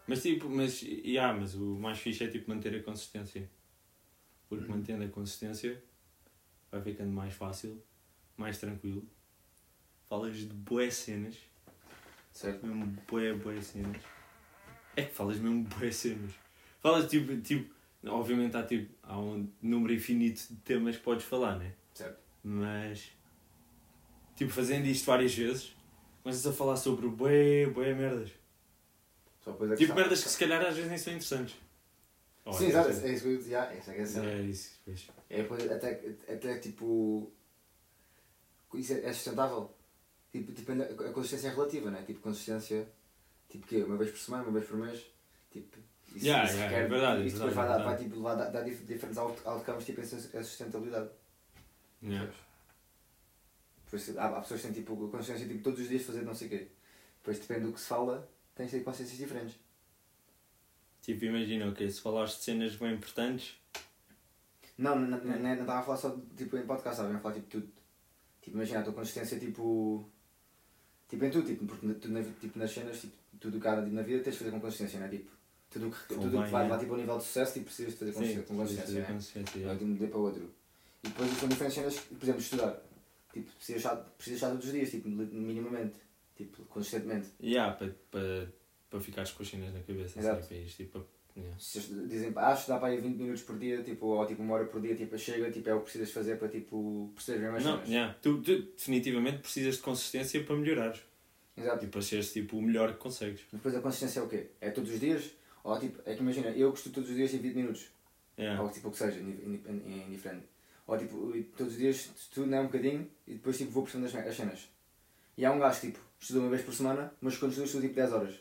Mas o mais fixe é tipo manter a consistência. Porque mantendo a consistência vai ficando mais fácil, mais tranquilo. Falas de bué cenas. Certo. Mesmo bué cenas. É que falas mesmo bué cenas. Falas tipo, obviamente há um número infinito de temas que podes falar, né? Certo. Mas, tipo, fazendo isto várias vezes, começas a falar sobre bué merdas. Só depois a Tipo, questão- merdas que se calhar às vezes nem são interessantes. Sim, exato, é isso que eu dizia. Essa é a cena. É isso, pois. É depois até tipo. Isso é sustentável. Tipo, a consistência é relativa, né? Tipo, consistência. Tipo, quê? Uma vez por semana, uma vez por mês. Tipo. Isso É verdade. Isso depois vai dar diferentes outcomes, tipo, a sustentabilidade. Yeah. Depois, há pessoas que têm tipo, a consistência tipo, todos os dias fazer não sei o quê. Depois depende do que se fala, tem que ter consciências diferentes. Tipo, imagina, se falares de cenas bem importantes... Não estava a falar só tipo, em podcast, estava a falar tipo tudo. Tipo, imagina a tua consistência tipo em tudo, tipo, porque tipo, nas cenas, tipo, tudo o que há na vida tens de fazer com consistência, não é? Tipo, tudo que vai tipo, ao nível de sucesso, tipo, precisas de fazer com consistência, não é? De um dia para o outro. E depois são diferentes cenas, por exemplo, estudar. Tipo, precisas todos os dias, tipo, minimamente, tipo, consistentemente. Para ficares com as cenas na cabeça. Exato. Assim, tipo, Dizem, estudar para aí 20 minutos por dia, tipo, ou tipo 1 hora por dia, tipo, chega, tipo, é o que precisas fazer para, tipo, perceber bem mais cenas. Tu definitivamente precisas de consistência para melhorares. Exato. E para seres, tipo, o melhor que consegues. Depois a consistência é o quê? É todos os dias? Ou, tipo, é que imagina, eu que estudo todos os dias em 20 minutos. Ou, tipo, o que seja, indiferente. Ou, tipo, todos os dias estudo, não é um bocadinho, e depois, tipo, vou percebendo as cenas. E há um gajo, tipo, estuda uma vez por semana, mas quando estuda, tipo, 10 horas.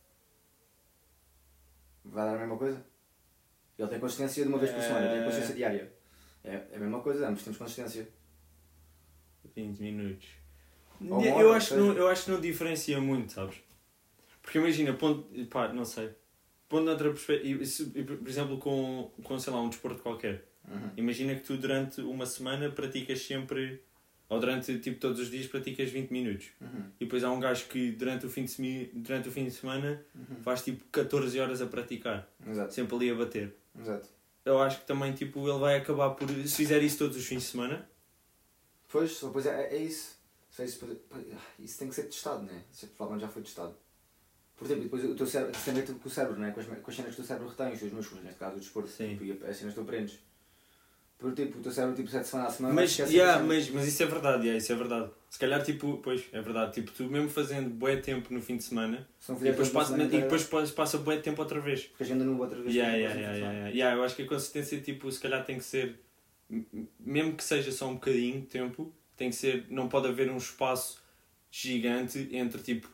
Vai dar a mesma coisa? Ele tem consistência de uma vez por semana, tem consistência diária. É a mesma coisa, ambos temos consistência. 20 minutos. Ou Eu acho que não diferencia muito, sabes? Porque imagina, não sei. Pondo noutra perspectiva, por exemplo, com sei lá, um desporto qualquer. Uhum. Imagina que tu durante uma semana praticas sempre, ou durante tipo todos os dias praticas 20 minutos. Uhum. E depois há um gajo que durante o fim de semana faz tipo 14 horas a praticar. Exato. Sempre ali a bater. Exato. Eu acho que também tipo, ele vai acabar por, se fizer isso todos os fins de semana... Pois é isso. Isso tem que ser testado, né? Isso provavelmente já foi testado. Por exemplo, depois o teu cérebro, tem a ver com o cérebro, né? Com as cenas que o teu cérebro retém, os teus músculos, neste caso o desporto. Sim. Tipo, e as cenas que tu aprendes. Por tipo, o teu cérebro tipo 7 semanas à semana. Mas isso é verdade, isso é verdade. Se calhar, tipo, pois, é verdade. Tipo, tu mesmo fazendo bué tempo no fim de semana, e depois passa bué tempo outra vez. Porque a gente anda no outra vez. Eu acho que a consistência, tipo, se calhar tem que ser, mesmo que seja só um bocadinho de tempo, tem que ser, não pode haver um espaço gigante entre, tipo,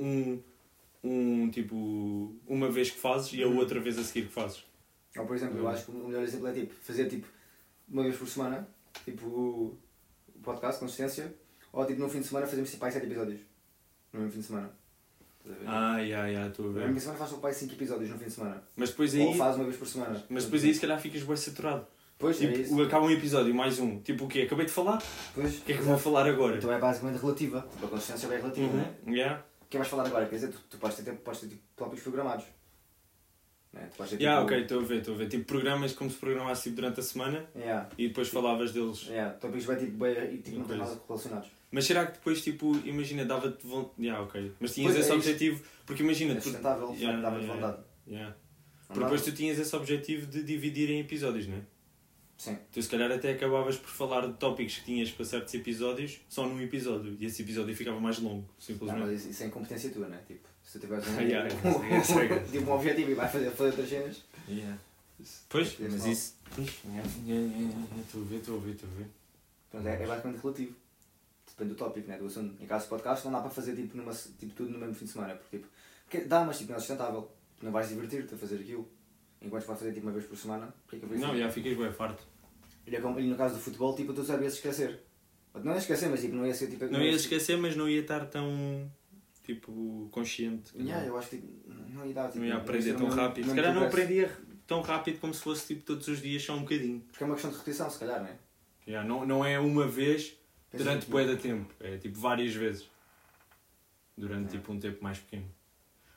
tipo, uma vez que fazes e a outra vez a seguir que fazes. Ou, por exemplo, eu acho que o melhor exemplo é, tipo, fazer, tipo, uma vez por semana, tipo, o podcast, consistência, ou, tipo, no fim de semana fazemos, tipo, 7 episódios. No mesmo fim de semana. Estou a ver. No mesmo fim de semana faz, tipo, 5 episódios no fim de semana. Mas depois aí... Ou faz uma vez por semana. Mas depois aí, se calhar, ficas bem saturado. Pois, tipo, é isso. Acaba um episódio, mais um. Tipo, o quê? Acabei de falar? Pois. O que é que vou falar agora? Então é basicamente relativa. Tipo, a consistência é bem relativa, não é? Yeah. O que vais falar agora? Quer dizer, tu podes ter tipo, tópicos programados. Né? Tu podes ter, tipo... Ok, estou a ver. Tipo, programas como se programasse tipo, durante a semana e depois falavas deles. Tópicos bem, tipo não têm nada relacionados. Mas será que depois, tipo, imagina, dava-te vontade... ok. Mas tinhas esse objetivo... Porque imagina... É sustentável, dava-te vontade. Porque depois tu tinhas esse objetivo de dividir em episódios, não é? Sim. Tu se calhar até acabavas por falar de tópicos que tinhas para certos episódios só num episódio. E esse episódio ficava mais longo, simplesmente. Não, mas isso é incompetência tua, não é? Tipo, se tu tiveres um objetivo e vais fazer outras cenas... Pois, mas isso... Estou a ver. Pronto, é basicamente relativo. Depende do tópico, né? Do assunto. Em caso de podcast não dá para fazer tipo, tudo no mesmo fim de semana. Porque dá, mas tipo, não é sustentável. Tu não vais divertir-te a fazer aquilo. Enquanto vais fazer tipo, uma vez por semana. Ficas bem farto. E no caso do futebol, tipo, tu sabias esquecer. Não ia esquecer, mas tipo, não ia ser tipo... Não ia esquecer, mas não ia estar tão... tipo, consciente. Eu acho que tipo, não ia dar... Tipo, não ia aprender tão rápido. Se calhar não aprendia tão rápido como se fosse tipo, todos os dias só um bocadinho. Porque é uma questão de repetição, se calhar, não é? Não é uma vez durante bué de tempo. É tipo várias vezes. Durante tipo um tempo mais pequeno.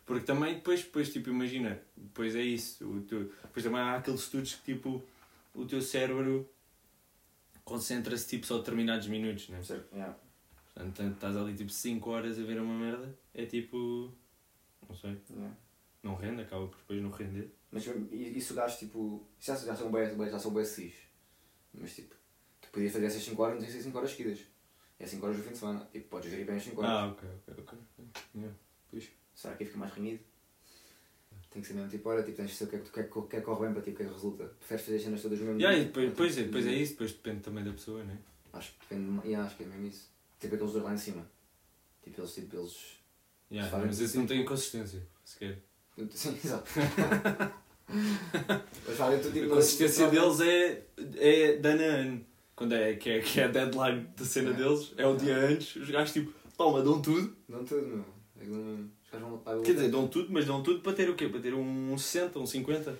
Porque também depois tipo, imagina, depois é isso, depois também há aqueles estudos que tipo, o teu cérebro concentra-se tipo só determinados minutos, né? Certo, yeah. Portanto, estás ali tipo 5 horas a ver uma merda, é tipo, não sei, Yeah. não rende, acaba por depois não render. Mas isso o gajo tipo, já são bem cis. Mas tipo, tu podias fazer essas 5 horas, não tem que ser 5 horas seguidas. É 5 horas no fim de semana, tipo, podes gerir bem as 5 horas. Ok. Yeah. Pois. Será que aí fica mais renhido? Tem que ser mesmo tipo, olha, tipo, tens de ser o que é que corre bem para ti, o que é que resulta. Preferes fazer as cenas todas no mesmo Yeah, dia? e depois é isso, depois depende também da pessoa, né? Acho que depende, acho que é mesmo isso. Tipo aqueles dois lá em cima. Tipo eles Yeah, fazem mas esse não tem consistência, sequer. sim, exato. Mas fazem tudo tipo A consistência deles é de ano a ano. Quando que é a deadline da cena deles, é o dia antes, os gajos tipo, toma, dão tudo. Dão tudo, meu. É que os gajos vão Quer dizer, dão tudo, mas dão tudo para ter o quê? Para ter um 60, um 50?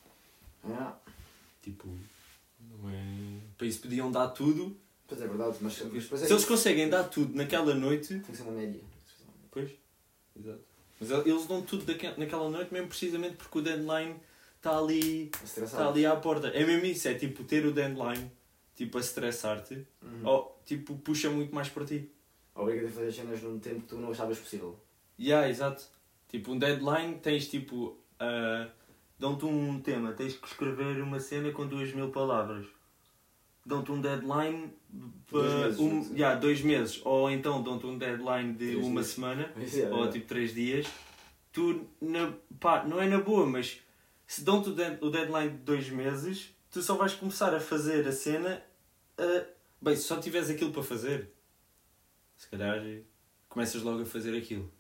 Tipo, não é... Para isso podiam dar tudo. Pois é verdade, mas depois é Se eles conseguem dar tudo naquela noite... tem que ser uma média. Pois, exato. Mas eles dão tudo naquela noite mesmo precisamente porque o deadline está ali à porta. É mesmo isso, é tipo ter o deadline tipo a estressar-te ou tipo puxa muito mais para ti. Obriga-te a fazer cenas num tempo que tu não achavas possível. Exato. Tipo um deadline tens tipo... dão-te um tema, tens que escrever uma cena com 2000 palavras. Dão-te um deadline para 2 meses. Ou então dão-te um deadline de 3 uma dias. semana. É, Ou tipo 3 dias. Tu, não é na boa, mas se dão-te o deadline de 2 meses, tu só vais começar a fazer a cena. Bem, se só tiveres aquilo para fazer, se calhar começas logo a fazer aquilo.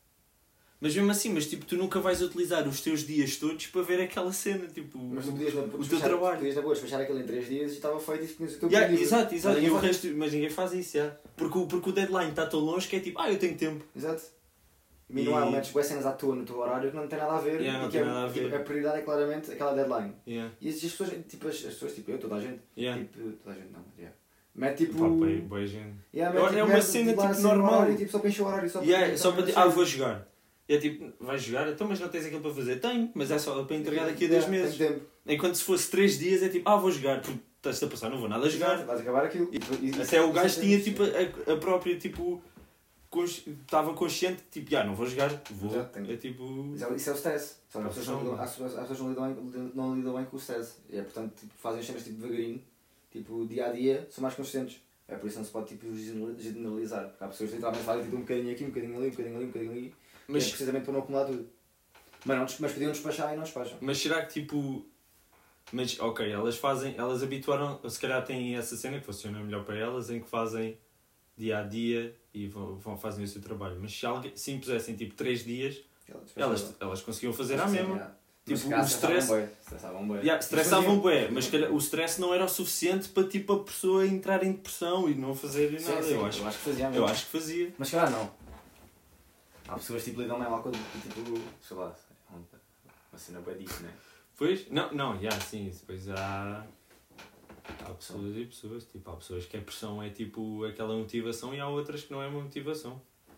Mas mesmo assim, tipo, tu nunca vais utilizar os teus dias todos para ver aquela cena, tipo, mas tu podias o teu trabalho. Podias na boa despachar aquilo em 3 dias e estava feito e tinhas o teu período. Exato. Mas ninguém faz isso, Porque o deadline está tão longe que é tipo, eu tenho tempo. Exato. E não há metes boas cenas à toa no teu horário que não tem nada a ver. Não tem nada a ver. Tipo, a prioridade é claramente aquela deadline. Yeah. E as pessoas, tipo, eu, toda a gente. Yeah. Tipo, toda a gente não, yeah. Mete tipo. Boa gente. É uma cena tipo normal. Horário, tipo, só para encher o horário. Só para vou jogar. E é tipo, vais jogar? Então, mas não tens aquilo para fazer? Tenho, mas é só para entregar daqui a 2 meses. Enquanto se fosse 3 dias é tipo, vou jogar. Porque estás a passar, não vou nada a jogar. Vais acabar aquilo. Até o gajo tinha tipo a própria tipo. Estava consciente que tipo, não vou jogar, vou. É tipo. Isso é o stress. As pessoas não lidam bem com o stress. E é portanto, tipo, fazem as cenas tipo devagarinho, tipo dia a dia, são mais consistentes. É por isso que não se pode tipo generalizar. Porque há pessoas que literalmente fazem tipo um bocadinho aqui, um bocadinho ali, um bocadinho ali, um bocadinho ali. Mas é precisamente para não acumular tudo. Mas podiam despachar e não despacham. Mas será que tipo. Mas ok, elas habituaram, se calhar têm essa cena que funciona melhor para elas, em que fazem dia a dia e fazem o seu trabalho. Mas se impusessem tipo 3 dias, elas conseguiam fazer à mesma. Tipo, o stress. Estressavam bué, mas o stress não era o suficiente para tipo, a pessoa entrar em depressão e não fazer nada. Sim, eu acho que fazia mesmo. Eu acho que fazia. Mas claro, não. Há pessoas que tipo, lidam mal com tipo, sei lá, uma cena bem disso, não é? Pois? Não, sim, depois há pessoas e pessoas, tipo, há pessoas que a pressão é tipo aquela motivação e há outras que não é uma motivação.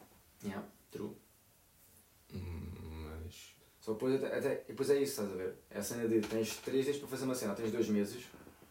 True. Mas... Só depois é isso, estás a ver? É a cena de tens 3 dias para fazer uma cena, tens 2 meses.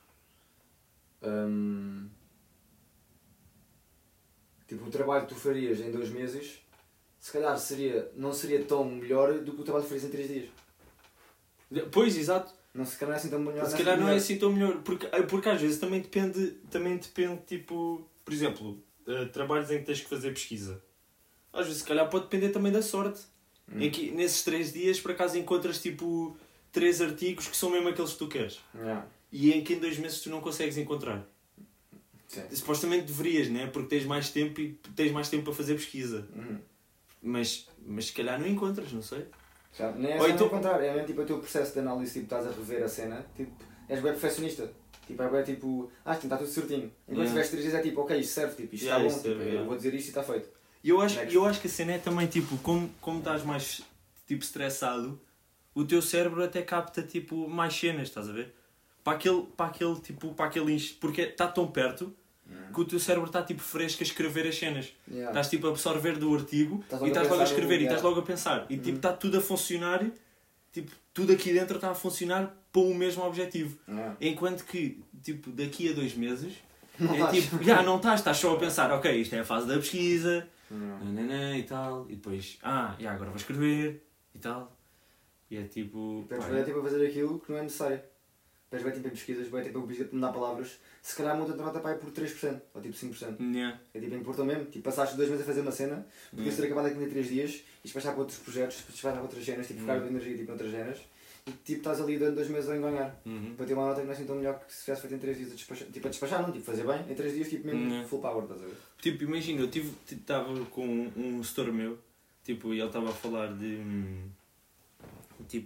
Tipo, o trabalho que tu farias em 2 meses, se calhar não seria tão melhor do que o trabalho que farias em 3 dias. Pois, exato. Se calhar não é assim tão melhor. Se calhar não é assim tão melhor, porque às vezes também depende, tipo, por exemplo, trabalhos em que tens que fazer pesquisa. Às vezes se calhar pode depender também da sorte. Em que nesses 3 dias por acaso encontras tipo 3 artigos que são mesmo aqueles que tu queres. E em que em 2 meses tu não consegues encontrar. Sim. Supostamente deverias, né? Porque tens mais tempo e tens mais tempo para fazer pesquisa. Mas se calhar não encontras, não sei. Nem é só encontrar, é mesmo tipo o teu processo de análise, tipo, estás a rever a cena, tipo, és bem perfeccionista. Tipo, é bem tipo, está tudo certinho. Enquanto tiveres 3 dias é tipo, ok, isto serve, tipo, isto está bom, tipo, eu vou dizer isto e está feito. E eu acho que a cena é também, tipo, como estás mais tipo, estressado, o teu cérebro até capta tipo, mais cenas, estás a ver? Para aquele porque está tão perto que o teu cérebro está tipo fresco a escrever as cenas. Yeah. Estás tipo a absorver do artigo Estás e logo a estás logo a pensar escrever e yeah. estás logo a pensar. E tipo está tudo a funcionar, tipo, tudo aqui dentro está a funcionar para o mesmo objetivo. Yeah. Enquanto que tipo, daqui a 2 meses Não é estás. tipo, estás só a pensar, ok, isto é a fase da pesquisa, nananã, e tal, e depois, agora vou escrever e tal. E é tipo. Depois vai tipo a fazer aquilo que não é necessário. Depois vai tipo em pesquisas, vai tipo a mudar palavras. Se calhar muda a nota para aí por 3%, ou tipo 5%. Yeah. É tipo importou mesmo. Tipo, passaste 2 meses a fazer uma cena, podias ter acabado aquilo em 3 dias e despachar para outros projetos, despachar para outras cenas, tipo focar a energia tipo, noutras cenas. E tipo estás ali durante 2 meses a enganhar. Para ter uma nota que não é assim tão melhor que se tivesse feito em 3 dias a despachar. Tipo a despachar não, tipo fazer bem, em 3 dias tipo mesmo full power, estás a ver? Tipo, imagina, eu estava com um setor meu, tipo, e ele estava a falar de. Tipo,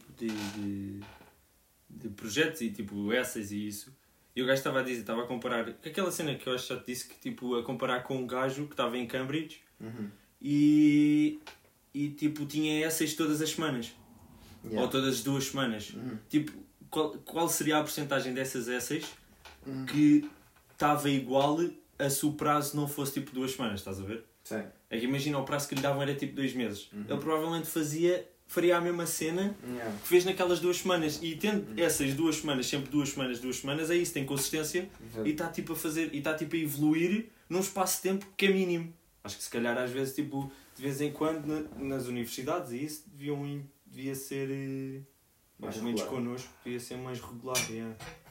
de projetos e tipo, essays e isso. E o gajo estava a dizer, estava a comparar. Aquela cena que eu acho que já te disse, que tipo, a comparar com um gajo que estava em Cambridge e tipo, tinha essays todas as semanas. Yeah. Ou todas as 2 semanas. Tipo, qual seria a porcentagem dessas essays que estava igual a se o prazo não fosse tipo 2 semanas, estás a ver? Sim. É que imagina, o prazo que lhe davam era tipo 2 meses. Ele provavelmente faria a mesma cena que fez naquelas 2 semanas. E tendo essas 2 semanas, sempre 2 semanas, é isso, tem consistência. E está tipo a fazer, e está tipo a evoluir num espaço de tempo que é mínimo. Acho que se calhar às vezes, tipo, de vez em quando nas universidades e isso devia ser mais ou menos connosco, devia ser mais regular. Yeah.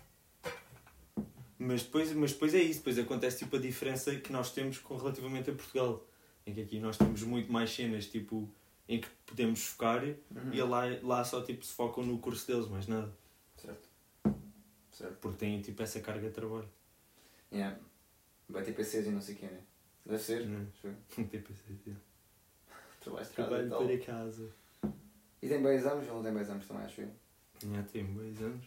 Mas depois é isso, depois acontece tipo a diferença que nós temos relativamente a Portugal, em que aqui nós temos muito mais cenas tipo, em que podemos focar e lá só tipo, se focam no curso deles, mais nada. Certo. Porque têm tipo essa carga de trabalho. Yeah. Vai ter PCs e não sei o quê, né? Deve ser. Não tem PC. Trabalho de casa Trabalho e tal. para casa. E tem bem exames ou não tem bem exames também, acho eu? Tem bons anos.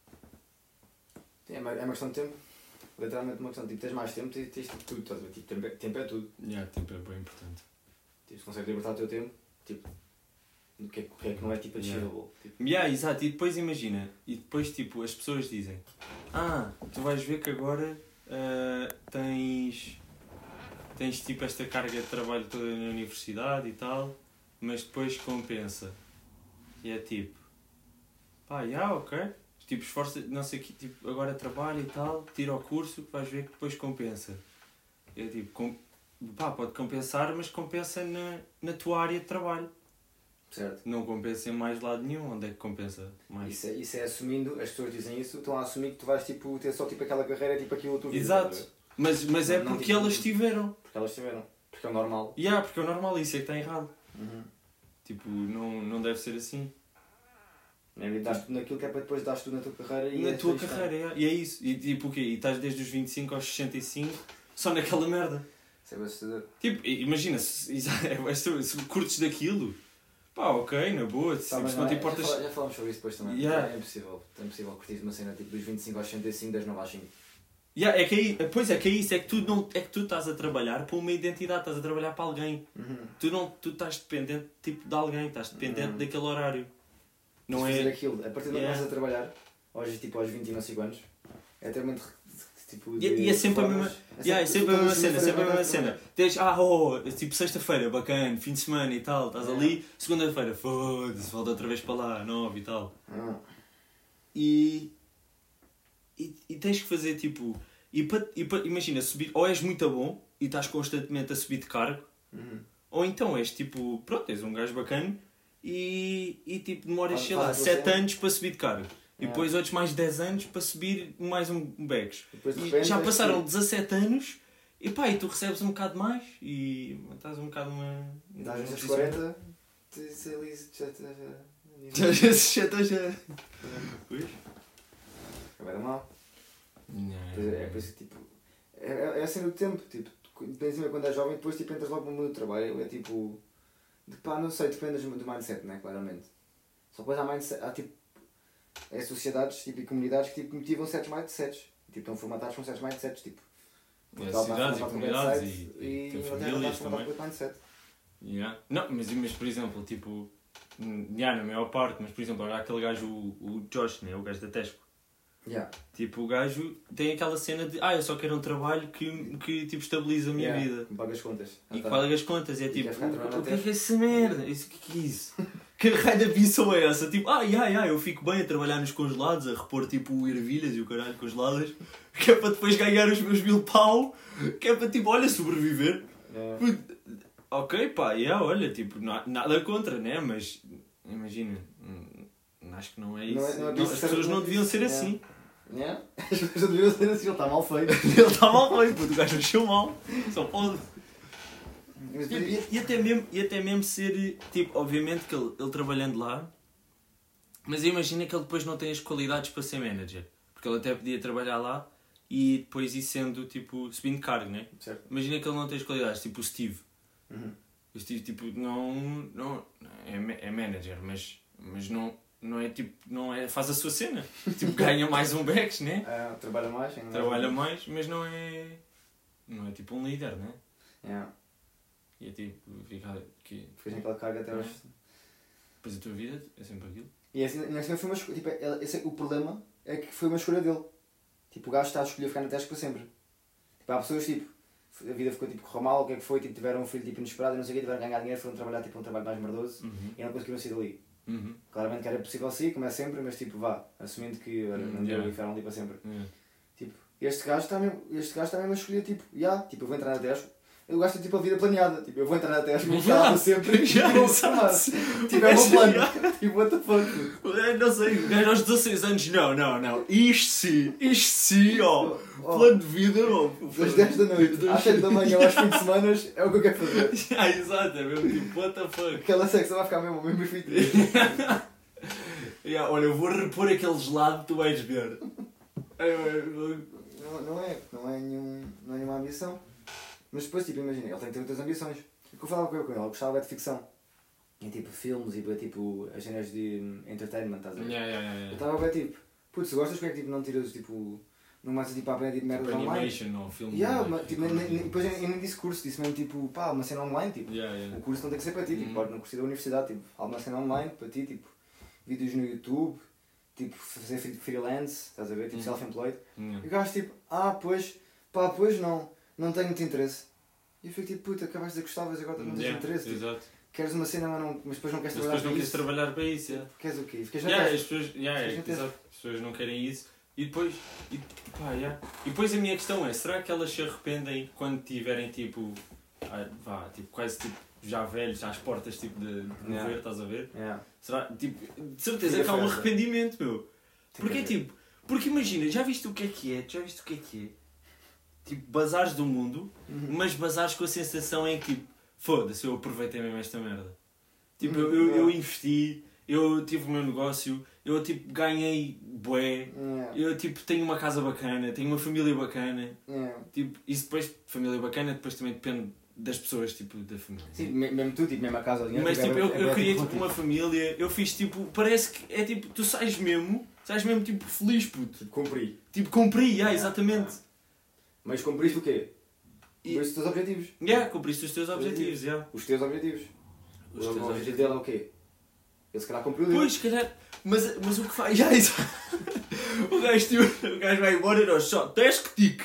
É uma questão de tempo. Literalmente uma questão de tipo, tens mais tempo, tens tipo tudo, estás a ver? Tipo, tempo é tudo. Tempo é bem importante. Tipo, se consegues libertar o teu tempo, tipo, o que é que não é tipo achievable. Tipo. Exato, e depois imagina, e depois tipo, as pessoas dizem tu vais ver que agora tens tipo esta carga de trabalho toda na universidade e tal, mas depois compensa. E é tipo, ok, tipo, esforça, não sei o que, tipo, agora trabalho e tal, tira o curso, vais ver que depois compensa. E é tipo, pode compensar, mas compensa na tua área de trabalho. Certo. Não compensa em mais lado nenhum. Onde é que compensa mais? Isso é assumindo, as pessoas dizem isso, estão a assumir que tu vais tipo, ter só tipo, aquela carreira, tipo aquilo tu Exato. Mas é porque elas tiveram. Porque elas tiveram. Porque é o normal. Porque é o normal, isso é que está errado. Tipo, não deve ser assim. Dás tudo naquilo que é para depois dar tudo na tua carreira e na tua carreira, e é isso. E tipo o quê? E estás desde os 25 aos 65 só naquela merda. Isso é bastante. Tipo, imagina, se curtes daquilo, ok, na boa, se não te importas. Já falámos sobre isso depois também. É impossível. É impossível curtir uma cena tipo dos 25 aos 65, das 9 às 5. É que é isso, é que tu estás a trabalhar para uma identidade, estás a trabalhar para alguém. Tu estás dependente tipo, de alguém, estás dependente daquele horário. Não é fazer aquilo, a partir de onde começas a trabalhar, aos 20 e não sei quantos, é ter muito tipo. E é sempre a mesma. É sempre a mesma cena, sempre a mesma cena. Tens, tipo sexta-feira, bacana, fim de semana e tal, estás ali, segunda-feira, foda-se, volta outra vez para lá, 9 e tal. E tens que fazer tipo. Imagina, subir, ou és muito bom e estás constantemente a subir de cargo, ou então és tipo, pronto, és um gajo bacana e tipo demoras, sei lá, 7 anos para subir de cargo. E depois outros mais 10 anos para subir mais um backs. E já passaram 17 anos e tu recebes um bocado mais e estás um bocado uma. Às vezes 40, às vezes já estás a. Vai dar mal. É por isso que tipo. É assim no tempo, tipo, quando és jovem, depois tipo, entras logo no mundo do trabalho, é tipo. Não sei, depende do mindset, né? Claramente. Só depois há mindset, há tipo. É sociedades tipo, e comunidades que tipo, motivam certos mindsets. Tipo, estão formatados com certos mindsets. Tipo, cidades e comunidades e famílias também. Não, mas por exemplo, tipo. Na maior parte, mas por exemplo, há aquele gajo, o Josh, né? O gajo da Tesco. Yeah. Tipo, o gajo tem aquela cena de eu só quero um trabalho que tipo, estabiliza a minha vida. Que paga as contas. E que paga as contas. É E tipo, quer ficar a trabalhar o que até- é essa merda? O que é isso? Que raio de ambição é essa? Tipo, eu fico bem a trabalhar nos congelados, a repor tipo ervilhas e o caralho congeladas, que é para depois ganhar os meus 1000 pau, que é para tipo, olha, sobreviver. Yeah. Ok, pá, olha, tipo, nada contra, né? Mas imagina, acho que não é isso. Não é Não, as pessoas não deviam ser assim. Yeah. As pessoas não deviam ser assim, ele está mal feito. Ele está mal feito, puto, o gajo mexeu mal, só pode. Mas, E até mesmo ser, tipo, obviamente que ele trabalhando lá, mas imagina que ele depois não tem as qualidades para ser manager. Porque ele até podia trabalhar lá e depois ir sendo, tipo, subindo de cargo, né? certo. Imagina que ele não tem as qualidades, tipo o Steve. Uhum. O Steve, tipo, não é manager, mas não é, tipo, não é, faz a sua cena. Tipo, ganha mais um Bex, né? Trabalha mais. Trabalha mais, mas não é tipo um líder, né? Yeah. E é tipo, fica aqui. Fez aquela carga até hoje. Depois a tua vida é sempre aquilo. E assim, foi uma escolha. Tipo, o problema é que foi uma escolha dele. Tipo, o gajo está a escolher ficar na Tesco para sempre. Tipo, há pessoas tipo, a vida ficou tipo, correu mal, o que é que foi? Tipo, tiveram um filho tipo, inesperado e não sei o quê, tiveram a ganhar dinheiro, foram trabalhar tipo, um trabalho mais merdoso e não conseguiram sair dali. Claramente que era possível sim, como é sempre, mas tipo, assumindo que não deu e ficaram ali para sempre. Tipo, este gajo está mesmo a escolher, tipo, tipo, eu vou entrar na Tesco. Eu gosto de tipo a vida planeada, tipo, eu vou entrar na Tesco, vou ficar lá para sempre e vou formar. Tipo, é o meu plano. Tipo, what the fuck? Não sei, o gajo aos 16 anos, não. Isto sim, ó. Plano de vida, ó. Das 10 da noite às 7 da manhã aos fins de semana é o que eu quero fazer. Exato, é mesmo tipo, what the fuck. Aquela secção vai ficar mesmo feito. Olha, eu vou repor aquele gelado, tu vais ver. Não é nenhuma ambição. Mas depois, tipo, imagina, ele tem que ter outras ambições. O que eu falava com ele, gostava de ficção. E tipo, filmes e tipo, as cenas de entertainment, estás a ver? Eu estava a ver, tipo, putz, se gostas, porque é que tipo, não tiras, tipo, não mais tipo, a aprender tipo, merdas tipo online? animation ou filme. Tipo, depois eu nem disse curso, disse mesmo, tipo, pá, uma cena online, tipo. O curso não tem que ser para ti, tipo, pode no curso da universidade, tipo, há uma cena online para ti, tipo, vídeos no YouTube, tipo, fazer freelance, estás a ver, tipo, self-employed. E o gajo, tipo, pois não tenho muito interesse. E eu fico tipo, puta, acabaste de dizer que gostavas e agora não tens interesse. Exato. Tipo, queres uma cena, mas depois não queres trabalhar para isso. Depois não queres trabalhar para isso. Tipo, queres o quê? Ficas na As pessoas não querem isso. E depois, e depois a minha questão é, será que elas se arrependem quando tiverem tipo, quase tipo, já velhos, às portas tipo, de morrer, estás a ver? Será, tipo, de certeza que há um arrependimento, meu. Porque imagina, já viste o que é? Tipo, bazares do mundo, mas bazares com a sensação em que, foda-se, eu aproveitei mesmo esta merda. Tipo, eu investi, eu tive o meu negócio, eu tipo, ganhei bué, eu tipo, tenho uma casa bacana, tenho uma família bacana. Tipo, isso depois, família bacana, depois também depende das pessoas, tipo, da família. Sim, mesmo tu, tipo, mesmo a casa. Mas tipo, eu criei tipo uma família, eu fiz tipo, parece que é tipo, tu sais mesmo tipo feliz, puto. Tipo, cumpri, exatamente. Mas cumpriste o quê? Cumpriste os teus objetivos. Cumpriste os teus objetivos, Os teus objetivos. O objetivo dele é o quê? Ele se calhar cumpriu o dele. Pois, se calhar, mas o que faz? O gajo vai embora e nós só, teste tic.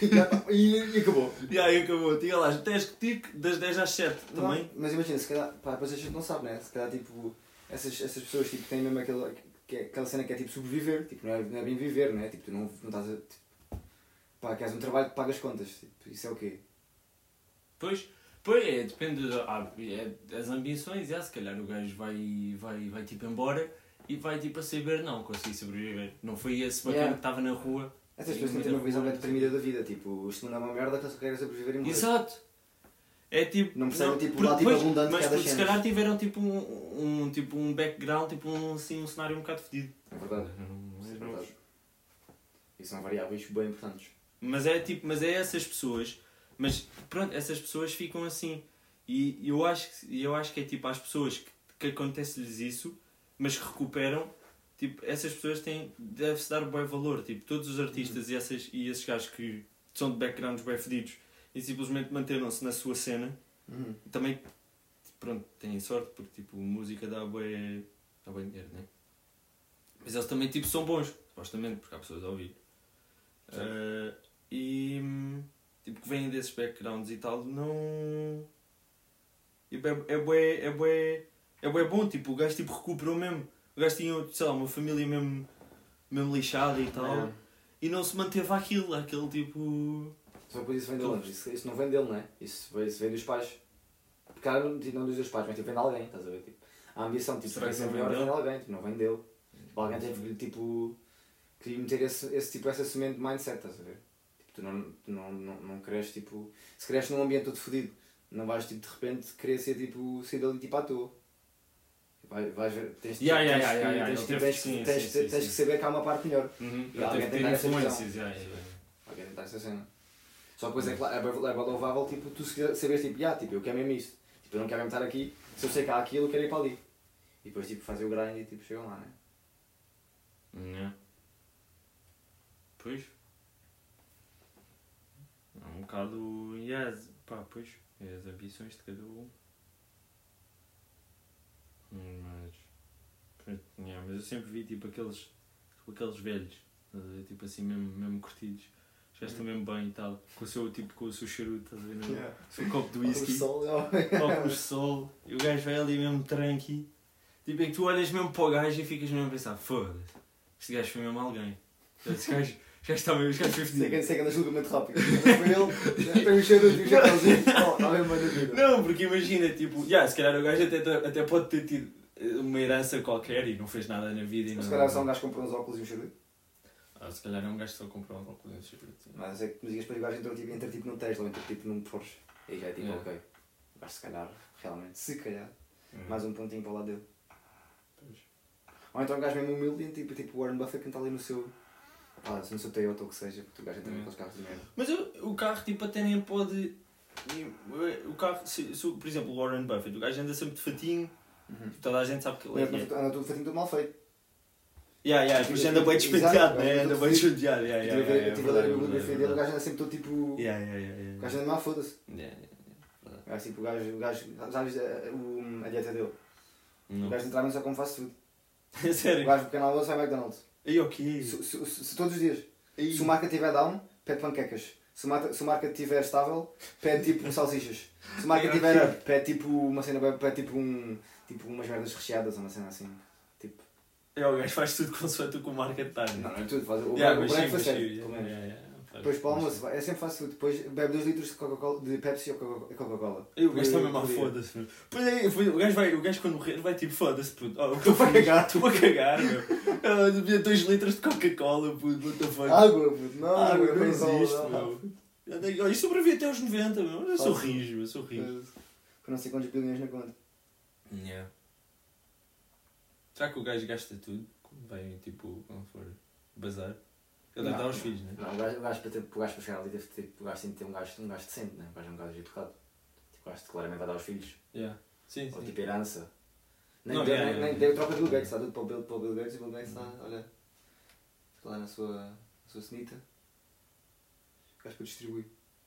E acabou. E acabou, tinha lá, teste tic das 10 às 7 também. Mas imagina, se calhar, depois a gente não sabe, né? Se calhar, tipo, essas pessoas tipo, têm mesmo aquela cena que é tipo sobreviver, tipo, não é bem viver, né? Tipo, tu não estás a... Tipo, queres um trabalho que pagas contas, tipo, isso é o quê? Pois depende das ambições, se calhar o gajo vai tipo embora e vai tipo a saber não, conseguir sobreviver. Não foi esse bacana que estava na rua. Essas pessoas têm uma visão bem deprimida da vida, tipo, isto não é uma merda que eles querem sobreviver e morrer. Exato! É tipo... Não percebem tipo, o lado tipo, abundante mas cada se calhar tiveram tipo um background, tipo um cenário um bocado fedido. É verdade. É verdade. Isso são variáveis bem importantes. Mas é essas pessoas, mas pronto, essas pessoas ficam assim. E eu acho que é tipo as pessoas que acontece-lhes isso, mas que recuperam, tipo, essas pessoas deve-se dar bem valor. Tipo, todos os artistas e esses gajos que são de backgrounds bem fedidos e simplesmente manteram-se na sua cena, também, pronto, têm sorte, porque tipo, música dá bem dinheiro, né? Mas eles também tipo, são bons. supostamente, porque há pessoas a ouvir. E tipo, que vêm desses backgrounds e tal, não... Tipo, é bué bom, tipo, o gajo tipo, recuperou mesmo. O gajo tinha, sei lá, uma família mesmo lixada e tal, e não se manteve aquele tipo... Só depois isso vem dele, isso não vem dele, não é? Isso vem dos pais. Porque não dos pais, mas tipo, vem de alguém, estás a ver? Tipo, a ambição tipo, Será que ser não melhor vem vem de alguém, tipo, não vem dele. Tipo, alguém teve tipo, que meter essa semente de mindset, estás a ver? Tipo, tu não cresces, tipo, se cresces num ambiente todo fodido, não vais tipo, de repente querer ser tipo, sair dali tipo à toa. Vais ver, tens que saber que há uma parte melhor. E alguém tem que dar essa visão. Alguém tem que dar essa cena. Só depois é claro, é louvável tipo, tu saberes tipo, tipo, eu quero mesmo isso. Tipo, eu não quero mesmo estar aqui, se eu sei que há aquilo, eu quero ir para ali. E depois tipo, fazer o grind e tipo, chegam lá, né? Pois. É um bocado. Pá, pois. É as ambições de cada um. Mas eu sempre vi tipo aqueles velhos, tipo assim mesmo curtidos, já estão mesmo bem e tal, com o seu charuto, estás a ver? O seu copo de whisky, óculos de sol, e o gajo vai ali mesmo tranqui, tipo é que tu olhas mesmo para o gajo e ficas mesmo a pensar, foda-se, este gajo foi mesmo alguém, este gajo já está mesmo, este gajo foi fedido. Sei que anda julgamento rápido, mas foi ele, tem um charuto e um chapéuzinho, está bem maravilhoso. Não, porque imagina, tipo, se calhar o gajo até pode ter tido uma herança qualquer e não fez nada na vida. Se calhar só um gajo comprou uns óculos e um charuto. Se calhar é um gajo que só comprou uns óculos e um charuto. Mas é que nos dias depois o gajo entra tipo num Tesla ou entra tipo num Porsche. E já é tipo, ok. O gajo se calhar, realmente, mais um pontinho para o lado dele. Pois. Ou então um gajo mesmo humilde e tipo Warren Buffett que está ali no seu Toyota ou o que seja, porque o gajo entra naqueles carros de merda. Mas o carro tipo até nem pode... O carro, por exemplo o Warren Buffett, o gajo anda sempre de fatinho. Toda a gente sabe que ele anda tudo fatinho, tudo mal feito. Depois anda bem despenteado, né? Anda bem judiado. Estive a ler a biografia dele, o gajo anda sempre todo tipo... O gajo anda mal, foda-se. O gajo tipo, já viste a dieta dele? O gajo literalmente só come fast food. Sério? O gajo pequeno almoço vai ao McDonald's. E o quê? Se todos os dias. Se o marca estiver down, pede panquecas. Se o marca estiver estável, pede tipo salsichas. Se o marca estiver up, pede tipo uma cena, pede tipo umas merdas recheadas ou uma cena assim. Tipo... O gajo faz tudo consoante o que o market está. Não é tudo, faz o branco faz sério. Depois para o almoço, é sempre fácil. Depois bebe 2 litros de Coca-Cola, de Pepsi ou Coca-Cola. E o gajo está mesmo a foda-se. Pois é, o gajo quando morrer vai tipo foda-se, puto. Estou a cagar, meu. Eu devia 2 litros de Coca-Cola, puto, what the fuck. Água, puto, não. Água, não existe, meu. Eu sobrevivi até aos 90, meu. Eu sou rijo. Com não sei quantos bilhões na conta. Será que o gajo gasta tudo? Vai tipo, quando for bazar? Ele deve dar aos filhos, não é? Não, o gajo para chegar ali deve ter, o gajo tem de ter um gajo decente, né? O gajo é um gajo educado. Tipo, o gajo claramente vai dar aos filhos. Sim. Ou tipo herança. Nem troca Bill Gates, está tudo para o Bill Gates e o Bill Gates está, olha, está lá na sua cenita. O gajo para distribuir.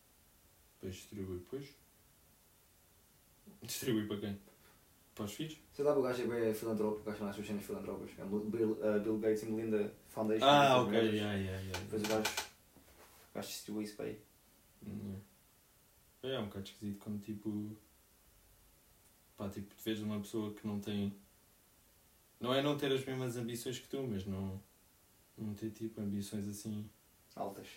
Distribui para quem? Para os filhos? Sei lá, o gajo é bem filantropo, o gajo tem as suas cenas filantrópicas. É Bill Gates e Melinda Foundation. Ok, Depois o gajo distribui isso para aí. É um bocado esquisito quando tipo... Pá, tipo, tu vês uma pessoa que não tem... Não é não ter as mesmas ambições que tu, mas não ter tipo ambições assim... Altas.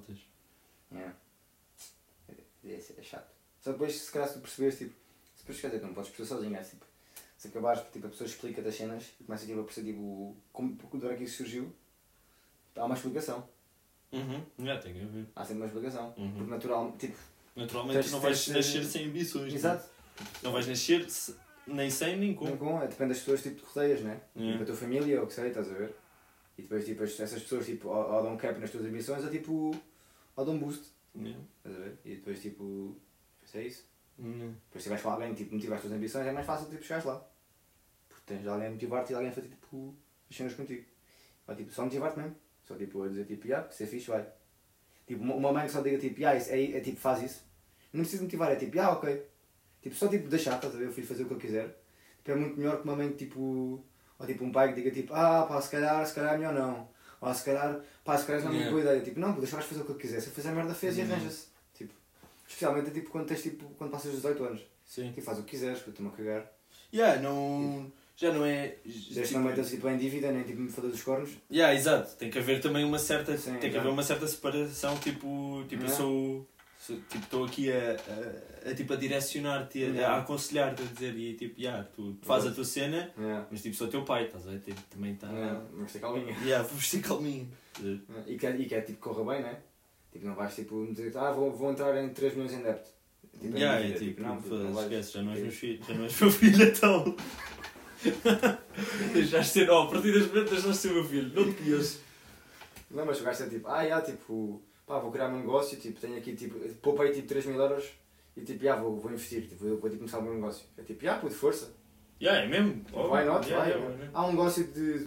É chato. Só depois, se calhar, se tu perceberes, tipo... Se depois, quer dizer, não podes perceber sozinho, é tipo... Se acabares, tipo, a pessoa explica-te as cenas e começa tipo, a perceber tipo, como é que isso surgiu, há uma explicação. Tem que haver. Há sempre uma explicação. Porque naturalmente não vais nascer sem ambições. Exato. Não vais nascer nem sem nem com. Depende das pessoas tipo, que rodeias, né? Tipo a tua família ou o que sei, estás a ver? E depois tipo, essas pessoas tipo, ou dão cap nas tuas ambições ou dão boost. Estás a ver? E depois tipo, é isso. Depois se vais com alguém tipo, motivar as tuas ambições é mais fácil tipo, chegares lá. Porque tens alguém a motivar-te e alguém a fazer tipo, as cenas contigo. Ou tipo, só motivar-te mesmo. Só tipo a dizer tipo, se é fixe, vai. Tipo, uma mãe que só diga tipo, isso é tipo, faz isso. Não precisa motivar, é tipo, ok. Tipo, só tipo deixar, estás a ver, o filho fazer o que ele quiser. Tipo, é muito melhor que uma mãe tipo, ou tipo um pai que diga tipo, pá, se calhar é melhor não. Ou se calhar não é uma boa ideia. Tipo, não, deixa o gajo fazer o que ele quiser. Se ele fizer a merda, fez e arranja-se. Tipo, especialmente tipo, quando passas os 18 anos. Sim. Tipo, faz o que quiseres, para estou-me a cagar. Já não é... Desde não metas tipo, em dívida, nem tipo me foda dos cornos. Exato. Tem que haver também uma certa... Sim, tem que haver uma certa separação, tipo eu sou... Tipo, estou aqui a direcionar-te, a aconselhar-te, a dizer, e tipo, tu fazes a tua cena, mas tipo, sou teu pai, estás a ver? Tipo, também está... Vamos ter calminha. Vou vestir calminho. E quer tipo, corra bem, né? Tipo, não vais tipo, dizer, vou entrar em 3 milhões em débito. Tipo, não esquece, já não és meu filho, então... Deixaste ser, a partir das momentos deixaste ser meu filho, não te conheço. Não, mas o gajo é tipo, vou criar um negócio, tipo, tenho aqui, tipo, poupei tipo 3 mil euros e tipo, vou investir, tipo, vou tipo, começar o meu negócio. É tipo, puto, força. É mesmo? Why not? Há um negócio de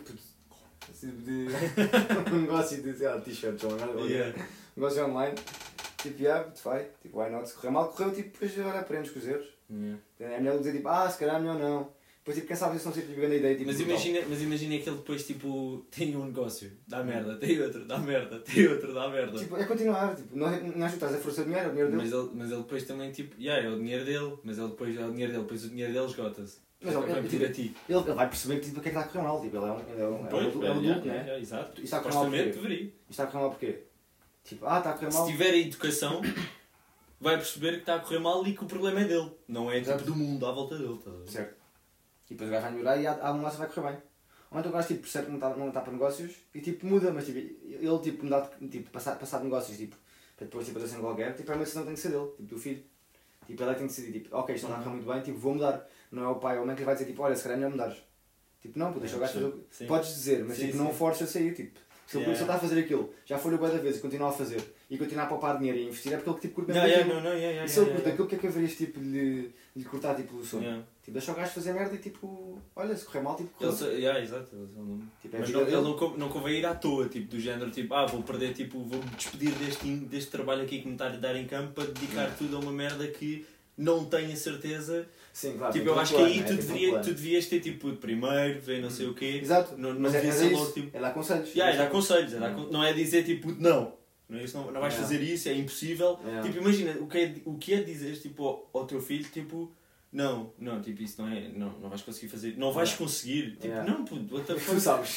um negócio de, sei lá, t-shirts ou um negócio online. Tipo, vai, tipo, why not? Se correr mal, correu, tipo, depois agora aprendes com os erros. É melhor dizer, tipo, se calhar melhor não. Depois, tipo, quem sabe isso não seja tipo grande ideia. Tipo, mas imagina que ele depois, tipo, tem um negócio, dá merda, tem outro, dá merda, tem outro, dá merda. Tipo, é continuar, tipo, não é que estás a forçar dinheiro, é o dinheiro dele. Mas ele depois também, tipo, é o dinheiro dele, mas ele depois é o dinheiro dele, depois o dinheiro dele esgota-se. Mas ele vai pedir a ti. Ele vai perceber que, tipo, o que é que está a correr mal, tipo, ele é um adulto, né? Exato, isso está a correr mal porquê? Deveria. Isto está a correr mal porquê? Tipo, está a correr mal... Se tiver educação, vai perceber que está a correr mal e que o problema é dele, não é tipo do mundo à volta dele, tá? Certo. E depois o gajo vai melhorar e há um negócio vai correr bem. Ou então o gajo tipo, percebe que não está para negócios e tipo muda, mas tipo, ele tipo, mudar tipo, passar de negócios tipo, para depois tipo, fazer qualquer, tipo, é uma decisão que tem que ser dele, tipo, do filho. Tipo, ele é que tem que decidir, tipo, ok, isto não está a correr muito bem, tipo, vou mudar. Não é o pai ou a mãe que vai dizer, tipo, olha, se calhar é melhor mudares. Tipo, não, deixa o gajo fazer. Podes dizer, mas tipo, não o forces a sair, tipo. Se ele está a fazer aquilo, já foi-lhe bué da vez e continua a fazer, e continuar a poupar dinheiro e a investir, é porque ele tipo, curte mesmo aquilo. E se ele curte aquilo, o que é que haverias tipo, de lhe cortar tipo, o sonho? Tipo, deixa o gajo fazer merda e tipo, olha, se correr mal, tipo, corre. Exato. Tipo, mas ele não convém ir à toa, tipo, do género, tipo, vou perder, tipo, vou-me despedir deste trabalho aqui que me está a dar em campo para dedicar tudo a uma merda que não tenho a certeza. Sim, claro. Tipo, eu acho que aí tu devias ter tipo primeiro, ver não sei o quê. Exato. Não devia ser logo tipo. É dar conselhos. É dar conselhos. Não é dizer tipo, não. Não vais fazer isso, é impossível. Tipo, imagina, o que é dizer tipo, ao teu filho, tipo, não, tipo, isso não é. Não vais conseguir fazer. Não vais conseguir. Tipo, não, puto, what the fuck. Tu sabes.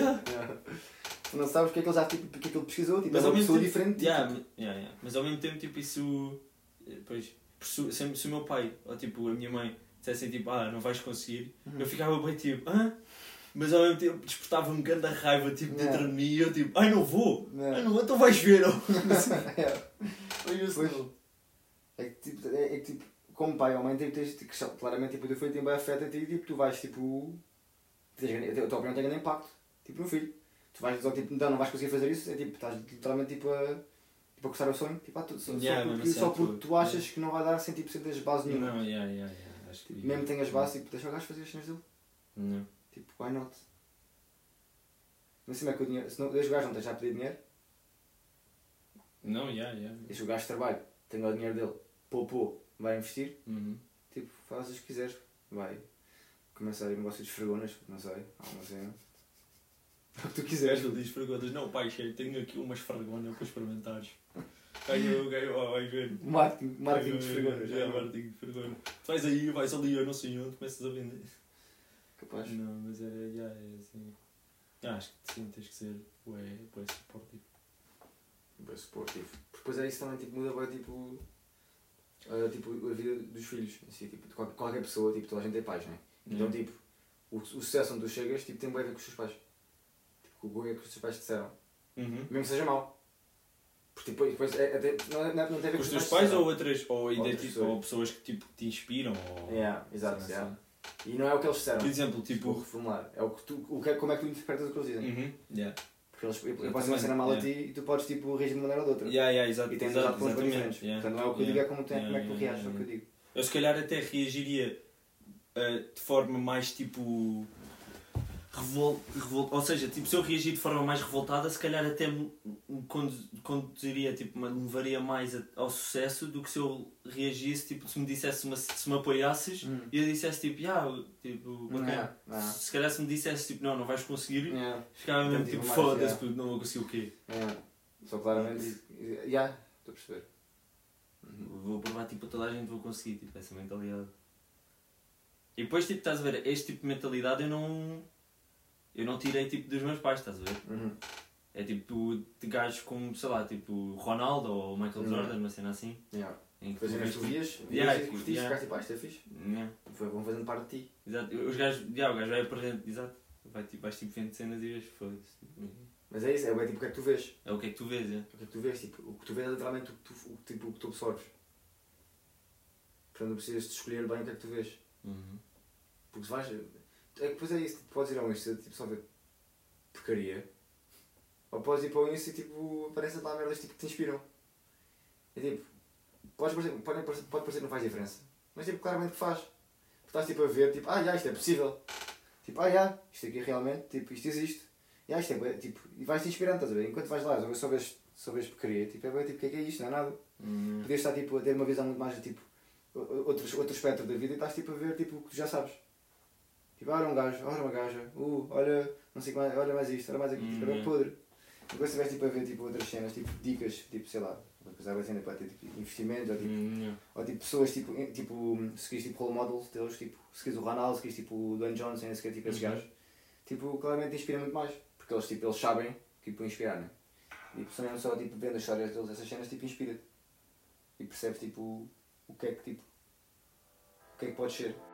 Tu não sabes o que é que ele já tipo, porque é que ele pesquisou, tipo, mas é uma pessoa diferente. Mas ao mesmo tempo, tipo, isso. Depois. Se o meu pai ou tipo a minha mãe dissessem tipo, não vais conseguir, eu ficava bem tipo, mas ao mesmo tempo despertava-me grande raiva tipo, dentro de mim e eu tipo, não vou, não, então vais ver. É que tipo, como pai ou mãe, tens claramente tipo, o teu filho tem bem afeto a ti e tipo, tu vais tipo, a tua opinião tem grande impacto tipo, no filho. Tu vais dizer tipo, não vais conseguir fazer isso, é tipo, estás literalmente tipo a cortar o sonho, tipo, só porque tu achas que não vai dar sem tipo, das bases nenhuma. Não, acho que... Mesmo que tenhas bases, tipo, deixa o gajo fazer as cenas dele. Não. Tipo, why not? Não sei como é que o dinheiro... Se não, deixa o gajo não esteja a pedir dinheiro. Não, Deixa o gajo de trabalho, tem o dinheiro dele, poupou, vai investir. Tipo, faz o que quiseres. Vai começar a ir negócio de esfregonas, não sei, alguma cena. O que tu quiseres. Ele diz esfregonas, não pai, cheio, tenho aqui umas esfregonas para experimentares. Ganhou, vai ver. Marketing de esfregonas. Marketing de esfregonas. Vais aí, vais ali, eu não sei onde, começas a vender. Capaz. Não, mas é assim. Acho que sim, tens que ser bué suportivo. Bué suportivo. Depois é isso também, tipo, muda bem, tipo a vida dos filhos. Assim, tipo, de qualquer pessoa, tipo, toda a gente tem pais, não é? Então, tipo, o sucesso onde tu chegas, tipo, tem bem a ver com os teus pais. Tipo, o que é que os teus pais te disseram. Mesmo que seja mau. Porque depois não tem a ver com os teus pais ou pessoas que tipo, te inspiram? Exato. E não é o que eles disseram. Por exemplo, tipo... reformular. É como é que tu interpretas o que eles dizem. Porque eles podem ser mal a ti e tu podes tipo, reagir de uma maneira ou de outra. Exato. E tens usado pontos bem diferentes. Portanto, não é o que eu digo, é como é que tu reages ao que eu digo. Eu se calhar até reagiria de forma mais tipo... ou seja, tipo, se eu reagir de forma mais revoltada, se calhar até conduziria, tipo, me levaria mais ao sucesso do que se eu reagisse, tipo, se me dissesse, se me apoiasses e eu dissesse, tipo, tipo, se calhar se me dissesse, tipo, não vais conseguir, ficava mesmo, tipo, foda-se, porque não vou conseguir o quê? Só claramente, estou a perceber. Vou provar, tipo, a toda a gente vou conseguir, tipo, essa mentalidade. E depois, tipo, estás a ver, este tipo de mentalidade eu não tirei, tipo, dos meus pais, estás a ver? É tipo de gajos como, sei lá, tipo Ronaldo ou Michael Jordan, uma cena assim. Depois tu vias e curtiste, ficaste tipo, isto é fixe. Vão fazendo parte de ti. Exato, os gajos, o gajo vai aprendendo, exato. Vais tipo vendo cenas e vês, foda-se. Mas é isso, é tipo o que é que tu vês. É o que é que tu vês, é. O que é que tu vês, tipo, o que tu vês é literalmente o que tu absorves. Portanto, não precisas de escolher bem o que é que tu vês. Porque se vais. Depois é isso, podes ir ao Insta, tipo, só ver porcaria. Ou podes ir para o Insta e tipo, aparecem lá merdas tipo, que te inspiram. É tipo, pode parecer que não faz diferença, mas tipo, claramente que faz. Porque estás tipo a ver, tipo, isto é possível. Tipo, isto aqui realmente, tipo, isto existe. Isto é, tipo, e vais-te inspirando, estás a ver? Enquanto vais lá, só vês porcaria, tipo, tipo, o que é isto? Não é nada. Podias estar tipo, a ter uma visão muito mais, tipo, outro espectro da vida e estás tipo a ver tipo, o que tu já sabes. Tipo, olha um gajo, olha uma gaja, olha, não sei mais, olha mais isto, olha mais aquilo, tipo, é podre. Depois se estiveres tipo, a ver tipo, outras cenas, tipo dicas, tipo, sei lá, depois vai cena para ter tipo, investimentos ou tipo pessoas, tipo se queres tipo role models deles, tipo, se queres o Ronaldo, se queres tipo o Dwayne Johnson, se queres tipo esses gajos, tipo, claramente inspira muito mais, porque eles sabem tipo, inspirar, né? E não só tipo, vendo as histórias deles, essas cenas tipo, inspira-te e percebes tipo, o que é que pode ser.